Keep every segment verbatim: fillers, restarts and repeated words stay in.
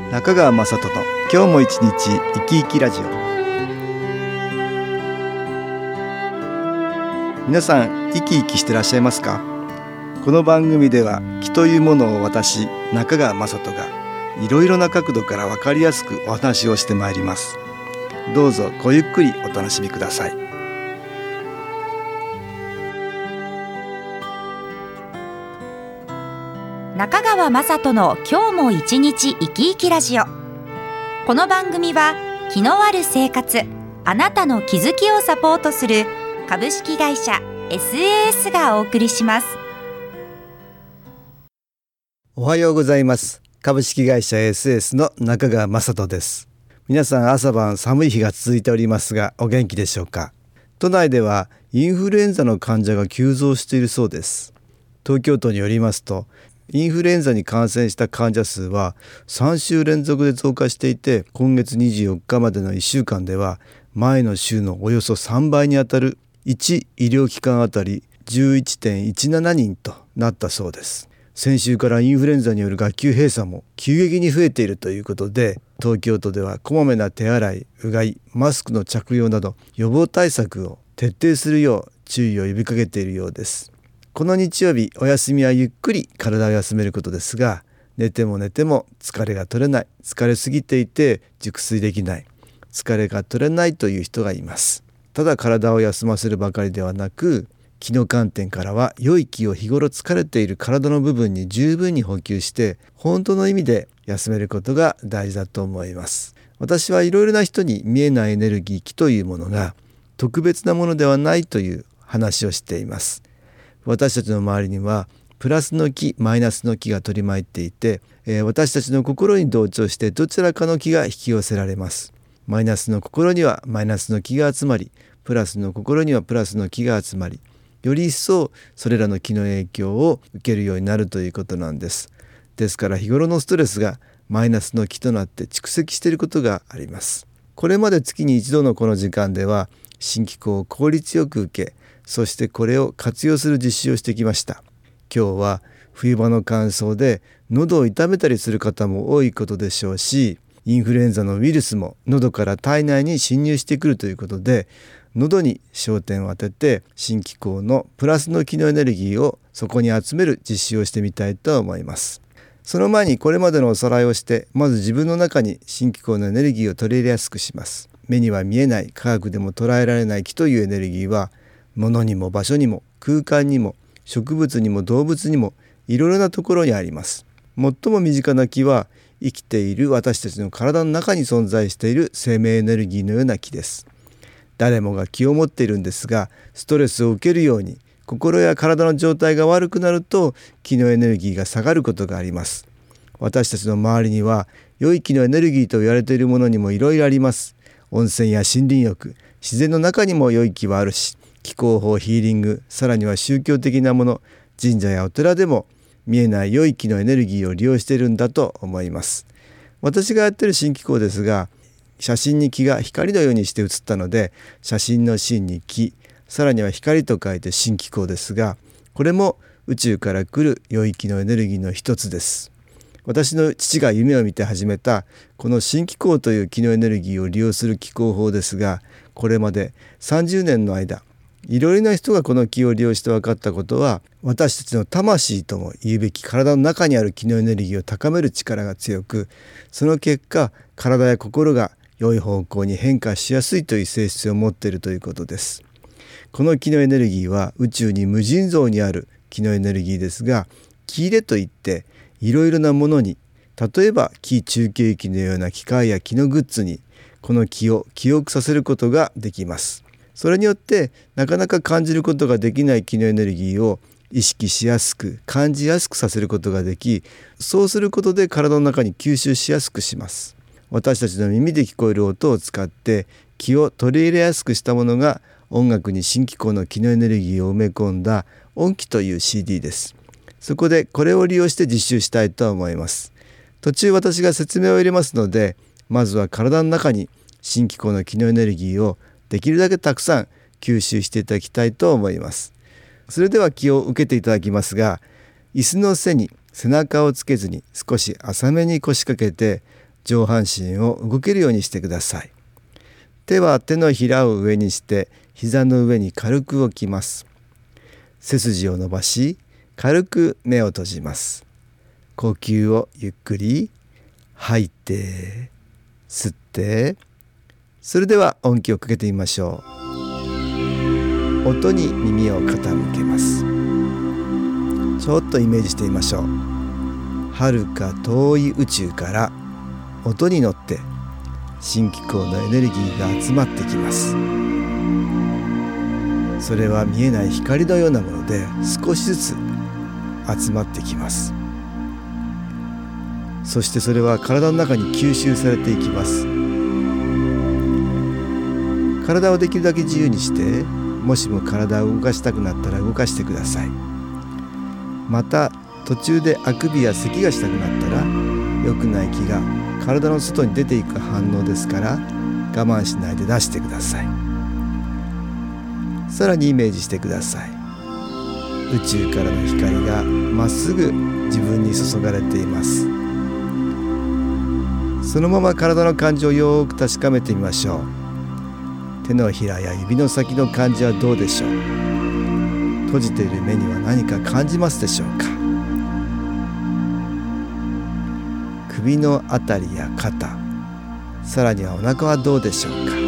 中川雅人の今日も一日生き生きラジオ。皆さん生き生きしてらっしゃいますか？この番組では気というものを私中川雅人がいろいろな角度から分かりやすくお話をしてまいります。どうぞごゆっくりお楽しみください。 中川雅人の今日も一日生き生きラジオ。この番組は気のある生活、あなたの気づきをサポートする株式会社 エスエーエス がお送りします。 おはようございます。株式会社 エスエス の中川雅人です。皆さん朝晩寒い日が続いておりますがお元気でしょうか？都内ではインフルエンザの患者が急増しているそうです。東京都によりますとインフルエンザに感染した患者数はさん週連続で増加していて、今月にじゅうよっかまでのいっしゅうかんでは前の週のおよそさんばいにあたるいち医療機関あたり じゅういってんいちななにんとなったそうです。先週からインフルエンザによる学級閉鎖も急激に増えているということで、東京都ではこまめな手洗い、うがい、マスクの着用など予防対策を徹底するよう注意を呼びかけているようです。この日曜日、お休みはゆっくり体を休めることですが、寝ても寝ても疲れが取れない、疲れすぎていて熟睡できない、疲れが取れないという人がいます。ただ体を休ませるばかりではなく、気の観点からは良い気を日頃疲れている体の部分に十分に補給して本当の意味で休めることが大事だと思います。私はいろいろな人に見えないエネルギー、気というものが特別なものではないという話をしています。私たちの周りにはプラスの気、マイナスの気が取り巻いていて、えー、私たちの心に同調してどちらかの気が引き寄せられます。マイナスの心にはマイナスの気が集まり、プラスの心にはプラスの気が集まり、より一層それらの気の影響を受けるようになるということなんです。ですから日頃のストレスがマイナスの気となって蓄積していることがあります。これまで月に一度のこの時間では新気候を効率よく受け、そしてこれを活用する実習をしてきました。今日は冬場の乾燥で喉を痛めたりする方も多いことでしょうし、インフルエンザのウイルスも喉から体内に侵入してくるということで、喉に焦点を当てて新気候のプラスの気のエネルギーをそこに集める実習をしてみたいと思います。その前にこれまでのおさらいをして、まず自分の中に新気候のエネルギーを取り入れやすくします。目には見えない、科学でも捉えられない気というエネルギーは物にも場所にも空間にも植物にも動物にもいろいろなところにあります。最も身近な気は生きている私たちの体の中に存在している生命エネルギーのような気です。誰もが気を持っているんですが、ストレスを受けるように心や体の状態が悪くなると気のエネルギーが下がることがあります。私たちの周りには良い気のエネルギーと言われているものにもいろいろあります。温泉や森林浴、自然の中にも良い気はあるし、気候法、ヒーリング、さらには宗教的なもの、神社やお寺でも見えない良い気のエネルギーを利用しているんだと思います。私がやっている新気候ですが、写真に気が光のようにして写ったので、写真の真に気、さらには光と書いて新気候ですが、これも宇宙から来る良い気のエネルギーの一つです。私の父が夢を見て始めたこの新気候という気のエネルギーを利用する気候法ですが、これまでさんじゅうねんの間、いろいろな人がこの気を利用して分かったことは、私たちの魂とも言うべき体の中にある気のエネルギーを高める力が強く、その結果体や心が良い方向に変化しやすいという性質を持っているということです。この気のエネルギーは宇宙に無尽蔵にある気のエネルギーですが、気入れといっていろいろなものに、例えば気中継機のような機械や気のグッズにこの気を記憶させることができます。それによってなかなか感じることができない気のエネルギーを意識しやすく感じやすくさせることができ、そうすることで体の中に吸収しやすくします。私たちの耳で聞こえる音を使って気を取り入れやすくしたものが、音楽に新気候の気のエネルギーを埋め込んだ音気という シーディー です。そこでこれを利用して実習したいと思います。途中私が説明を入れますので、まずは体の中に新気候の気のエネルギーをできるだけたくさん吸収していただきたいと思います。それでは気を受けていただきますが、椅子の背に背中をつけずに少し浅めに腰掛けて、 上半身を動けるようにしてください。手は手のひらを上にして膝の上に軽く置きます。背筋を伸ばし軽く目を閉じます。呼吸をゆっくり吐いて吸って、それでは音気をかけてみましょう。音に耳を傾けます。ちょっとイメージしてみましょう。遥か遠い宇宙から音に乗って新機構のエネルギーが集まってきます。それは見えない光のようなもので少しずつ集まってきます。そしてそれは体の中に吸収されていきます。体をできるだけ自由にして、もしも体を動かしたくなったら動かしてください。また途中であくびや咳がしたくなったら、良くない気が体の外に出ていく反応ですから、我慢しないで出してください。さらにイメージしてください。宇宙からの光がまっすぐ自分に注がれています。そのまま体の感じをよく確かめてみましょう。手のひらや指の先の感じはどうでしょう。閉じている目には何か感じますでしょうか。首のあたりや肩、さらにはお腹はどうでしょうか。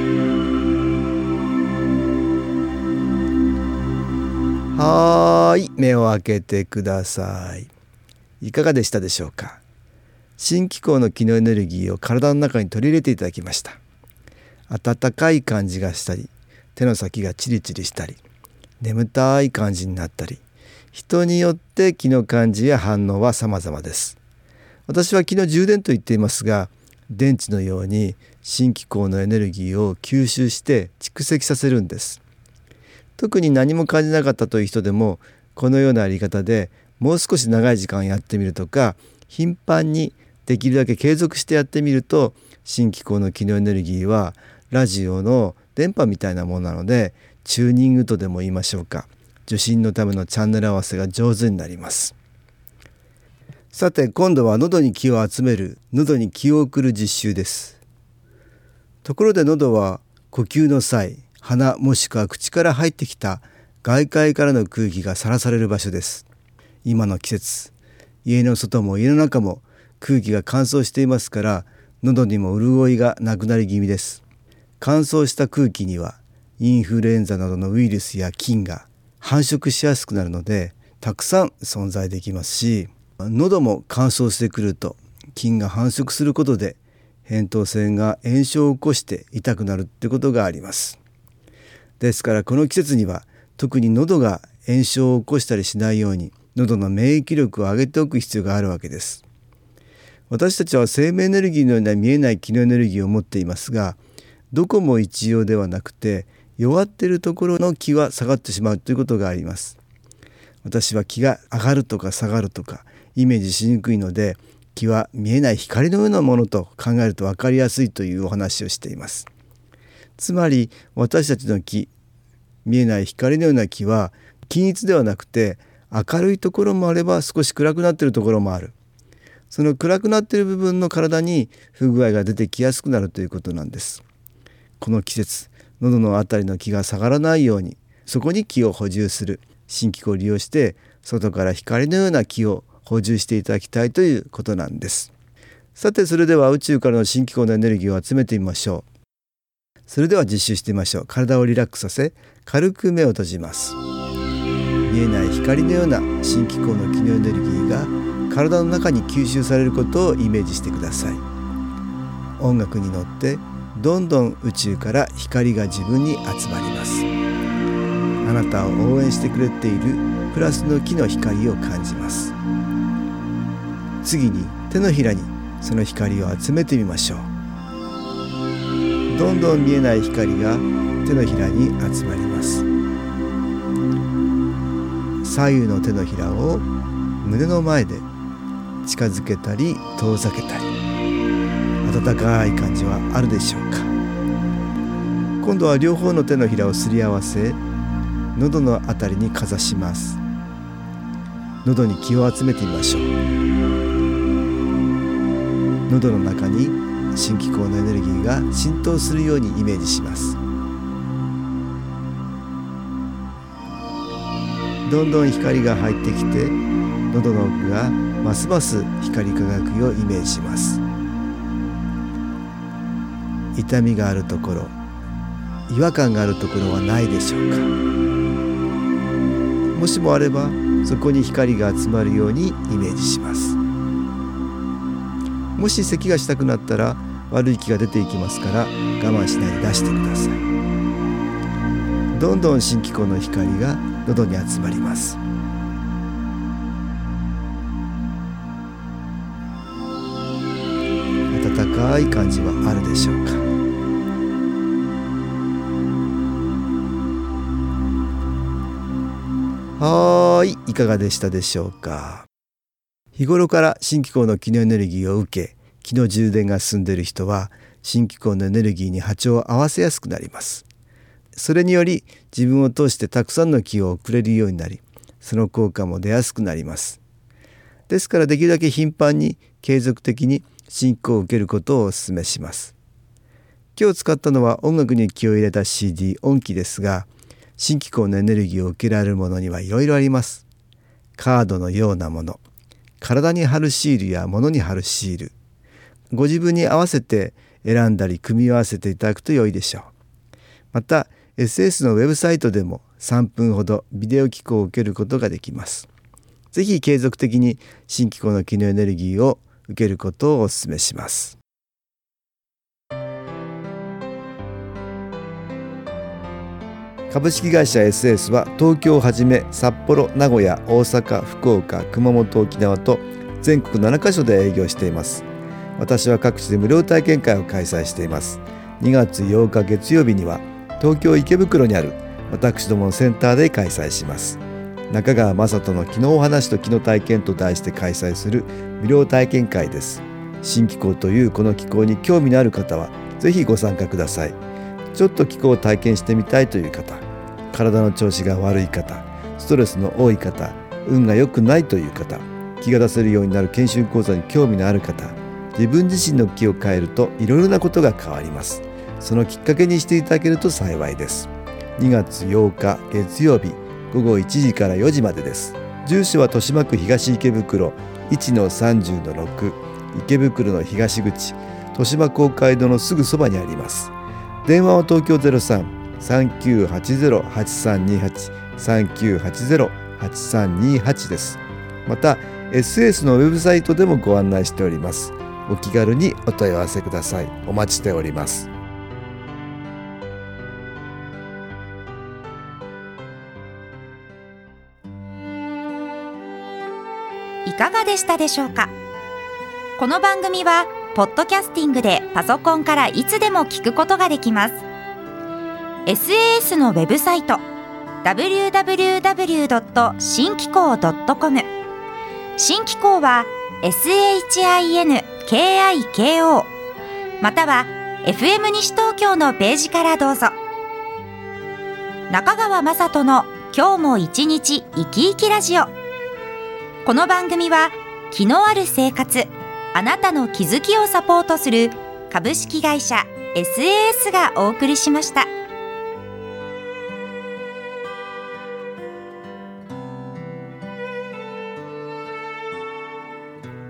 はーい、目を開けてください。いかがでしたでしょうか。新機構の気のエネルギーを体の中に取り入れていただきました。温かい感じがしたり、手の先がチリチリしたり、眠たい感じになったり、人によって気の感じや反応は様々です。私は気の充電と言っていますが、電池のように新機構のエネルギーを吸収して蓄積させるんです。特に何も感じなかったという人でも、このようなやり方でもう少し長い時間やってみるとか、頻繁にできるだけ継続してやってみると、新機構の気のエネルギーはラジオの電波みたいなものなので、チューニングとでも言いましょうか、受信のためのチャンネル合わせが上手になります。さて、今度は喉に気を集める、喉に気を送る実習です。ところで喉は呼吸の際、鼻もしくは口から入ってきた外界からの空気がさらされる場所です。今の季節、家の外も家の中も空気が乾燥していますから、喉にも潤いがなくなり気味です。乾燥した空気にはインフルエンザなどのウイルスや菌が繁殖しやすくなるので、たくさん存在できますし、喉も乾燥してくると菌が繁殖することで扁桃腺が炎症を起こして痛くなるってことがあります。ですからこの季節には特に喉が炎症を起こしたりしないように、喉の免疫力を上げておく必要があるわけです。私たちは生命エネルギーのような見えない気のエネルギーを持っていますが、どこも一様ではなくて、弱っているところの気は下がってしまうということがあります。私は気が上がるとか下がるとかイメージしにくいので、気は見えない光のようなものと考えると分かりやすいというお話をしています。つまり私たちの気、見えない光のような気は均一ではなくて、明るいところもあれば少し暗くなっているところもある。その暗くなっている部分の体に不具合が出てきやすくなるということなんです。この季節、喉のあたりの気が下がらないように、そこに気を補充する新機構を利用して、外から光のような気を補充していただきたいということなんです。さて、それでは宇宙からの新機構のエネルギーを集めてみましょう。それでは実習してみましょう。体をリラックスさせ、軽く目を閉じます。見えない光のような新機構の気のエネルギーが体の中に吸収されることをイメージしてください。音楽に乗ってどんどん宇宙から光が自分に集まります。あなたを応援してくれているプラスの気の光を感じます。次に手のひらにその光を集めてみましょう。どんどん見えない光が手のひらに集まります。左右の手のひらを胸の前で近づけたり遠ざけたり、温かい感じはあるでしょうか。今度は両方の手のひらをすり合わせ、喉のあたりにかざします。喉に気を集めてみましょう。 喉の中に新気候のエネルギーが浸透するようにイメージします。どんどん光が入ってきて、喉の奥がますます光り輝くようイメージします。痛みがあるところ、違和感があるところはないでしょうか。もしもあれば、そこに光が集まるようにイメージします。もし咳がしたくなったら、悪い気が出ていきますから、我慢しないで出してください。どんどん新気候の光が喉に集まります。暖かい感じはあるでしょうか。はーい、いかがでしたでしょうか。日頃から新気候の気のエネルギーを受け、気の充電が進んでいる人は、新気候のエネルギーに波長を合わせやすくなります。それにより、自分を通してたくさんの気を送れるようになり、その効果も出やすくなります。ですから、できるだけ頻繁に継続的に新気候を受けることをお勧めします。今日使ったのは音楽に気を入れた シーディー 音機ですが、新気候のエネルギーを受けられるものにはいろいろあります。カードのようなもの、体に貼るシールや物に貼るシール、ご自分に合わせて選んだり組み合わせていただくと良いでしょう。また エスエス のウェブサイトでもさんぷんほどビデオ気候を受けることができます。ぜひ継続的に新気候の気のエネルギーを受けることをお勧めします。株式会社 エスエス は東京をはじめ札幌、名古屋、大阪、福岡、熊本、沖縄と全国ななカ所で営業しています。私は各地で無料体験会を開催しています。にがつようか月曜日には東京池袋にある私どものセンターで開催します。中川雅人の気のお話と気の体験と題して開催する無料体験会です。新気候というこの気候に興味のある方はぜひご参加ください。ちょっと気候を体験してみたいという方、体の調子が悪い方、ストレスの多い方、運が良くないという方、気が出せるようになる研修講座に興味のある方、自分自身の気を変えるといろいろなことが変わります。そのきっかけにしていただけると幸いです。にがつようか月曜日ごごいちじからよじまでです。住所は豊島区東池袋 いちのさんじゅうのろく、池袋の東口、豊島公会堂のすぐそばにあります。電話は東京 ゼロさん さんきゅうはちゼロ はちさんにはち さんきゅうはちゼロ はちさんにはちです。また エスエス のウェブサイトでもご案内しております。お気軽にお問い合わせください。お待ちしております。 いかがでしたでしょうか。この番組はポッドキャスティングでパソコンからいつでも聞くことができます。 エスエーエス のウェブサイト ダブリューダブリューダブリュードットシンキコードットコム、 新気候は エスエイチアイエヌケーアイケーオー または エフエム 西東京のページからどうぞ。中川雅人の今日も一日生き生きラジオ。この番組は気のある生活、あなたの気づきをサポートする株式会社 エスエーエス がお送りしました。